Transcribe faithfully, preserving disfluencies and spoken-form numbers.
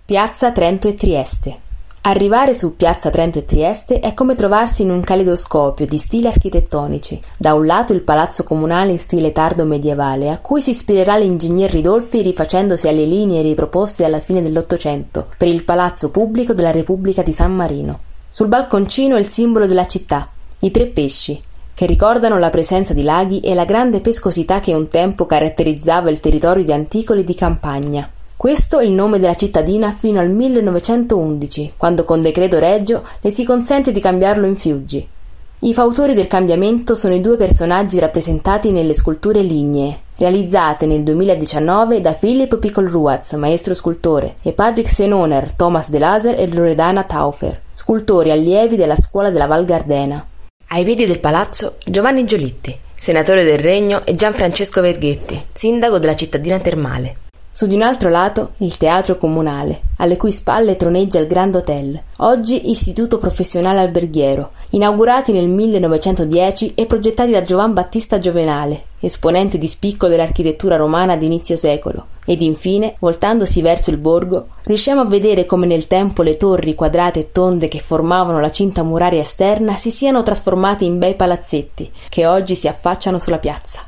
Piazza Trento e Trieste. Arrivare su Piazza Trento e Trieste è come trovarsi in un caleidoscopio di stili architettonici. Da un lato il palazzo comunale in stile tardo medievale, a cui si ispirerà l'ingegner Ridolfi rifacendosi alle linee riproposte alla fine dell'Ottocento per il palazzo pubblico della Repubblica di San Marino. Sul balconcino il simbolo della città, i tre pesci, che ricordano la presenza di laghi e la grande pescosità che un tempo caratterizzava il territorio di Anticoli di Campagna. Questo è il nome della cittadina fino al millenovecentoundici, quando con decreto regio le si consente di cambiarlo in Fiuggi. I fautori del cambiamento sono i due personaggi rappresentati nelle sculture lignee, realizzate nel duemiladiciannove da Philipp Pickel-Ruatz, maestro scultore, e Patrick Senoner, Thomas De Laser e Loredana Taufer, scultori allievi della scuola della Val Gardena. Ai piedi del palazzo Giovanni Giolitti, senatore del Regno, e Gianfrancesco Verghetti, sindaco della cittadina termale. Su di un altro lato il teatro comunale, alle cui spalle troneggia il Grand Hotel, oggi istituto professionale alberghiero, inaugurati nel millenovecentodieci e progettati da Giovan Battista Giovenale, esponente di spicco dell'architettura romana di inizio secolo. Ed infine, voltandosi verso il borgo, riusciamo a vedere come nel tempo le torri quadrate e tonde che formavano la cinta muraria esterna si siano trasformate in bei palazzetti, che oggi si affacciano sulla piazza.